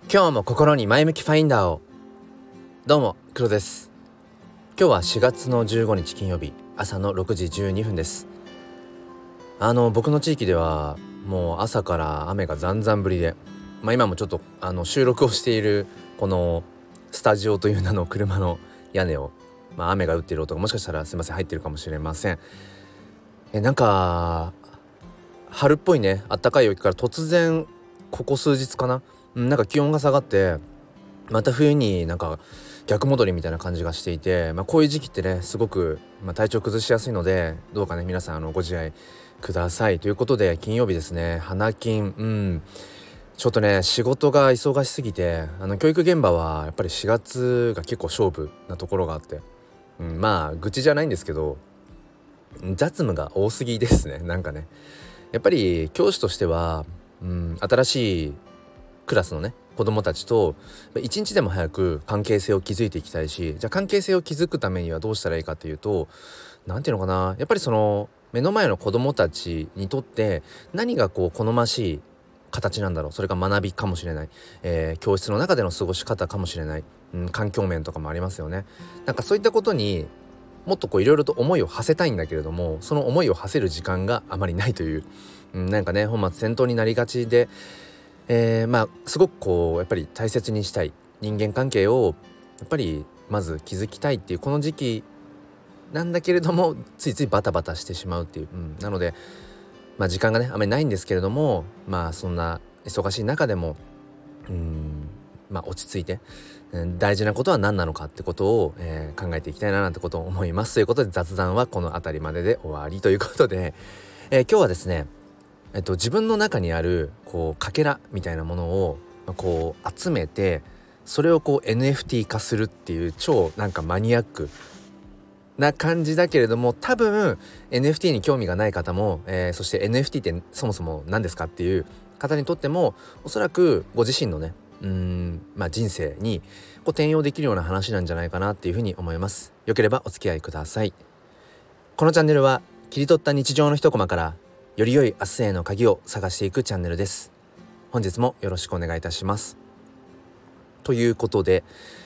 今日も心に前向きファインダーを。どうも黒です。今日は4月の15日金曜日朝の6時12分です。僕の地域ではもう朝から雨がざんざん降りで、今もちょっと収録をしているこのスタジオという名の車の屋根を、雨が降っている音がもしかしたらすいません入ってるかもしれません。なんか春っぽいね、暖かい陽気から突然ここ数日かな、なんか気温が下がってまた冬になんか逆戻りみたいな感じがしていて、こういう時期ってねすごく、体調崩しやすいので、どうかね皆さんご自愛くださいということで、金曜日ですね、花金、ちょっとね仕事が忙しすぎて、教育現場はやっぱり4月が結構勝負なところがあって、愚痴じゃないんですけど雑務が多すぎですね。なんかねやっぱり教師としては、新しいクラスのね子どもたちと一日でも早く関係性を築いていきたいし、じゃあ関係性を築くためにはどうしたらいいかっていうと、なんていうのかな、やっぱりその目の前の子どもたちにとって何が好ましい形なんだろう、それが学びかもしれない、教室の中での過ごし方かもしれない、環境面とかもありますよね。なんかそういったことにもっといろいろと思いを馳せたいんだけれども、その思いを馳せる時間があまりないという、なんかね本末転倒になりがちで、すごくやっぱり大切にしたい人間関係をやっぱりまず築きたいっていうこの時期なんだけれども、ついついバタバタしてしまうっていう、なので時間がねあまりないんですけれども、そんな忙しい中でも落ち着いて、大事なことは何なのかってことを、考えていきたいななんてことを思います。ということで雑談はこの辺りまでで終わりということで、今日はですね、自分の中にあるかけらみたいなものを集めて、それをNFT 化するっていう超なんかマニアックな感じだけれども、多分 NFT に興味がない方も、そして NFT ってそもそも何ですかっていう方にとってもおそらくご自身のね人生に転用できるような話なんじゃないかなっていうふうに思います。よければお付き合いください。このチャンネルは切り取った日常の一コマからより良い明日への鍵を探していくチャンネルです。本日もよろしくお願いいたします。ということで、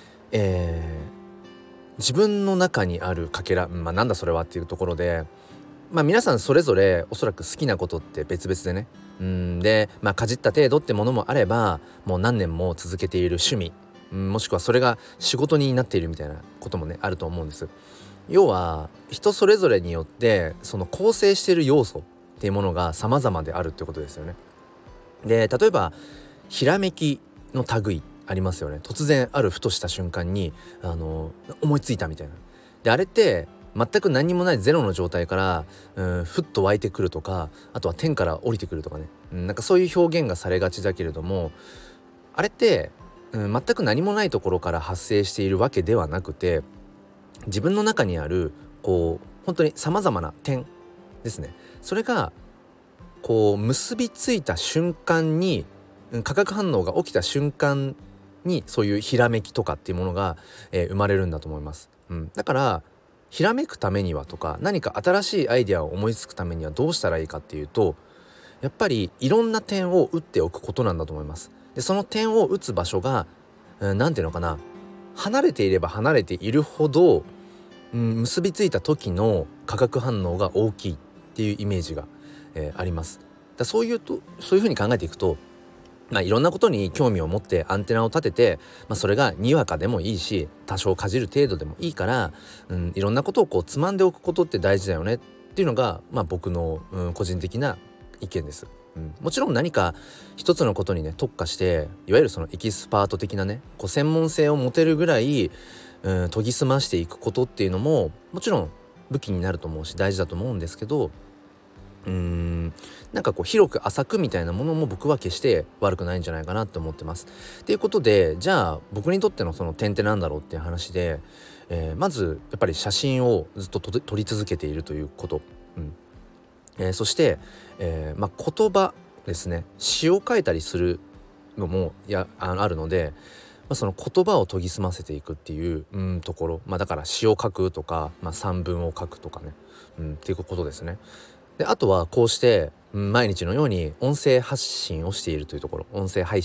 自分の中にあるかけら、なんだそれはっていうところで、皆さんそれぞれおそらく好きなことって別々でね、で、かじった程度ってものもあれば、もう何年も続けている趣味、もしくはそれが仕事になっているみたいなこともねあると思うんです。要は人それぞれによってその構成している要素っていうものが様々であるってことですよね。で、例えばひらめきの類ありますよね。突然あるふとした瞬間に思いついたみたいな。で、あれって全く何にもないゼロの状態からふっと湧いてくるとか、あとは天から降りてくるとかね、なんかそういう表現がされがちだけれども、あれって、全く何もないところから発生しているわけではなくて、自分の中にある本当に様々な点ですね。それが結びついた瞬間に、化学反応が起きた瞬間にそういうひらめきとかっていうものが、生まれるんだと思います。だからひらめくためにはとか、何か新しいアイデアを思いつくためにはどうしたらいいかっていうと、やっぱりいろんな点を打っておくことなんだと思います。で、その点を打つ場所が、なんていうのかな、離れていれば離れているほど、結びついた時の化学反応が大きいっていうイメージが、あります。そういうふうに考えていくと、いろんなことに興味を持ってアンテナを立てて、それがにわかでもいいし多少かじる程度でもいいから、いろんなことをつまんでおくことって大事だよねっていうのが、僕の、個人的な意見です。もちろん何か一つのことにね特化して、いわゆるそのエキスパート的なね専門性を持てるぐらい、研ぎ澄ましていくことっていうのももちろん武器になると思うし大事だと思うんですけど、なんか広く浅くみたいなものも僕は決して悪くないんじゃないかなって思ってます。っていうことで、じゃあ僕にとってのその点ってなんだろうっていう話で、まずやっぱり写真をずっと撮り続けているということ、そして、言葉ですね、詩を書いたりするのもあるので、その言葉を研ぎ澄ませていくっていう、ところ、だから詩を書くとか、散文を書くとかね、っていうことですね。で、あとはこうして、毎日のように音声発信をしているというところ、音声配信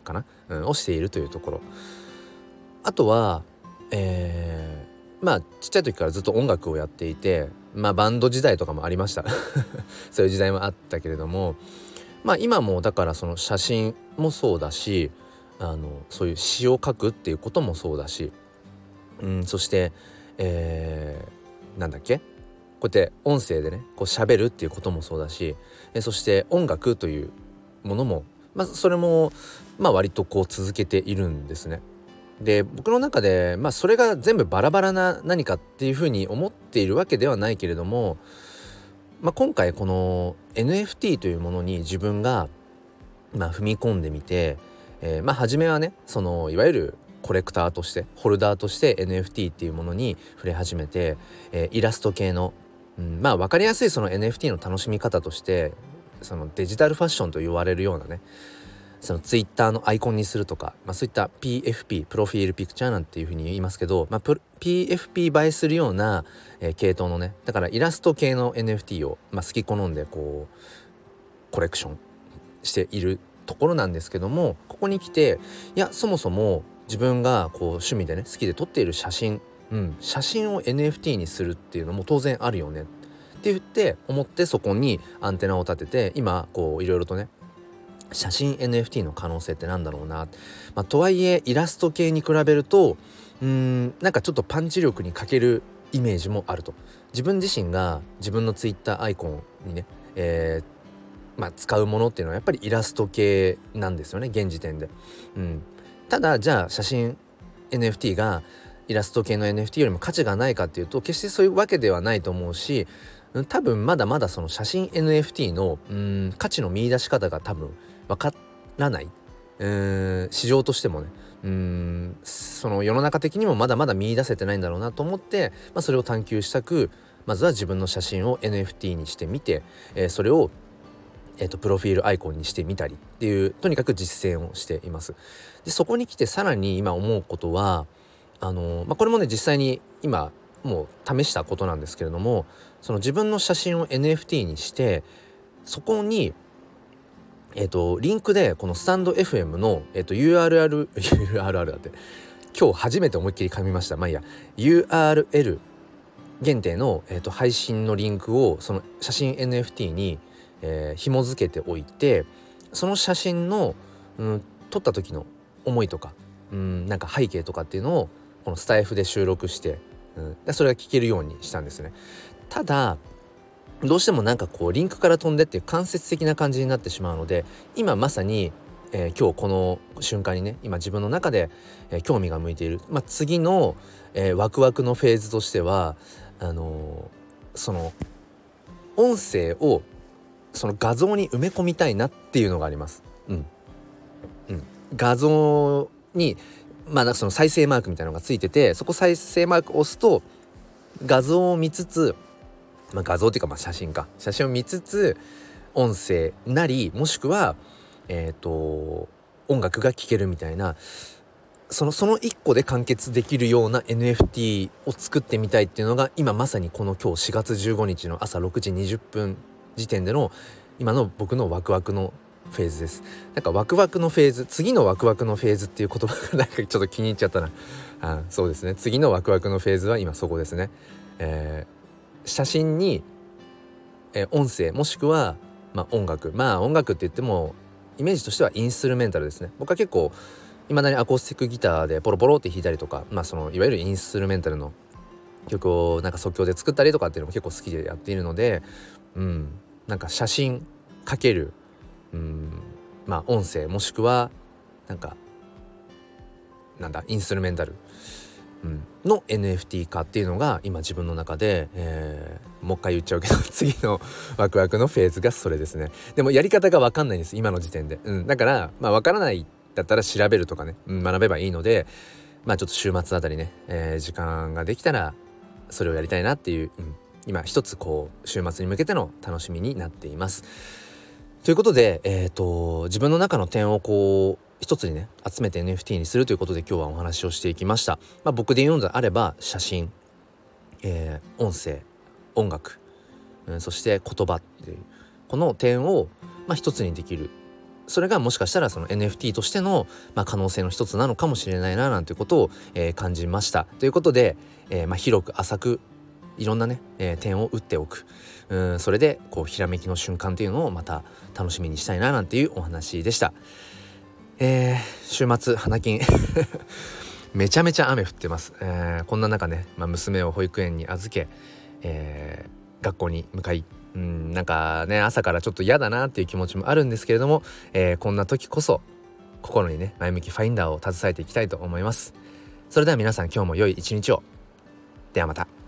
かな、をしているというところ。あとはまあちっちゃい時からずっと音楽をやっていて、バンド時代とかもありましたそういう時代もあったけれども、今もだからその写真もそうだし、そういう詩を書くっていうこともそうだし、そして、なんだっけ、こうやって音声でねこう喋るっていうこともそうだし、そして音楽というものも、それも割とこう続けているんですね。で僕の中でそれが全部バラバラな何かっていうふうに思っているわけではないけれども、今回この NFT というものに自分が踏み込んでみて、初めはねそのいわゆるコレクターとしてホルダーとして NFT っていうものに触れ始めて、イラスト系の、分かりやすいその NFT の楽しみ方としてそのデジタルファッションと言われるようなね、そのツイッターのアイコンにするとか、そういった PFP プロフィールピクチャーなんていうふうに言いますけど、PFP 映えするような、系統のね、だからイラスト系の NFT を、好き好んでこうコレクションしているところなんですけども、ここに来てそもそも自分がこう趣味でね好きで撮っている写真、写真を NFT にするっていうのも当然あるよねって言って思って、そこにアンテナを立てて今こういろいろとね写真 NFT の可能性ってなんだろうな、とはいえイラスト系に比べるとなんかちょっとパンチ力に欠けるイメージもあると。自分自身が自分のツイッターアイコンにね、使うものっていうのはやっぱりイラスト系なんですよね現時点で。ただじゃあ写真 NFT がイラスト系の NFT よりも価値がないかっていうと決してそういうわけではないと思うし、多分まだまだその写真 NFT の価値の見出し方が多分わからない、市場としてもねその世の中的にもまだまだ見出せてないんだろうなと思って、それを探求したくまずは自分の写真を NFT にしてみて、それをプロフィールアイコンにしてみたりっていうとにかく実践をしています。でそこに来てさらに今思うことはこれもね実際に今もう試したことなんですけれども、その自分の写真を NFT にしてそこにリンクでこのスタンド FM の、URL だって今日初めて思いっきり噛みました。URL 限定の、配信のリンクをその写真 NFT に、紐付けておいて、その写真の、撮った時の思いとか、なんか背景とかっていうのをこのスタイフで収録して、それが聞けるようにしたんですね。ただどうしてもなんかこうリンクから飛んでっていう間接的な感じになってしまうので、今まさに、今日この瞬間にね今自分の中で、興味が向いている、次の、ワクワクのフェーズとしてはその音声をその画像に埋め込みたいなっていうのがあります。画像にその再生マークみたいなのがついてて、そこ再生マークを押すと画像を見つつ、画像っていうか写真を見つつ音声なりもしくは音楽が聴けるみたいな、その一個で完結できるような NFT を作ってみたいっていうのが今まさにこの今日4月15日の朝6時20分時点での今の僕のワクワクのフェーズです。なんかワクワクのフェーズ、次のワクワクのフェーズっていう言葉がなんかちょっと気に入っちゃったな。そうですね、次のワクワクのフェーズは今そこですね。写真に、音声もしくは、音楽音楽って言ってもイメージとしてはインストゥルメンタルですね。僕は結構未だにアコースティックギターでポロポロって弾いたりとか、そのいわゆるインストゥルメンタルの曲をなんか即興で作ったりとかっていうのも結構好きでやっているので、なんか写真かける音声もしくはなんかインストゥルメンタル、の NFT 化っていうのが今自分の中で、もう一回言っちゃうけど次のワクワクのフェーズがそれですね。でもやり方が分かんないんです今の時点で、だから分からないだったら調べるとかね、学べばいいので、ちょっと週末あたりね、時間ができたらそれをやりたいなっていう、今一つこう週末に向けての楽しみになっています。ということで、自分の中の点をこう一つにね集めて NFT にするということで今日はお話をしていきました。僕で言うのであれば写真、音声、音楽、そして言葉っていうこの点を一つにできる、 それがもしかしたらその NFT としての、可能性の一つなのかもしれないななんていうことを、感じましたということで、広く浅くいろんなね、点を打っておく、それでこうひらめきの瞬間っていうのをまた楽しみにしたいななんていうお話でした。週末花金めちゃめちゃ雨降ってます。こんな中ね、娘を保育園に預け、学校に向かい、なんかね朝からちょっと嫌だなっていう気持ちもあるんですけれども、こんな時こそ心にね前向きファインダーを携えていきたいと思います。それでは皆さん今日も良い一日を。ではまた。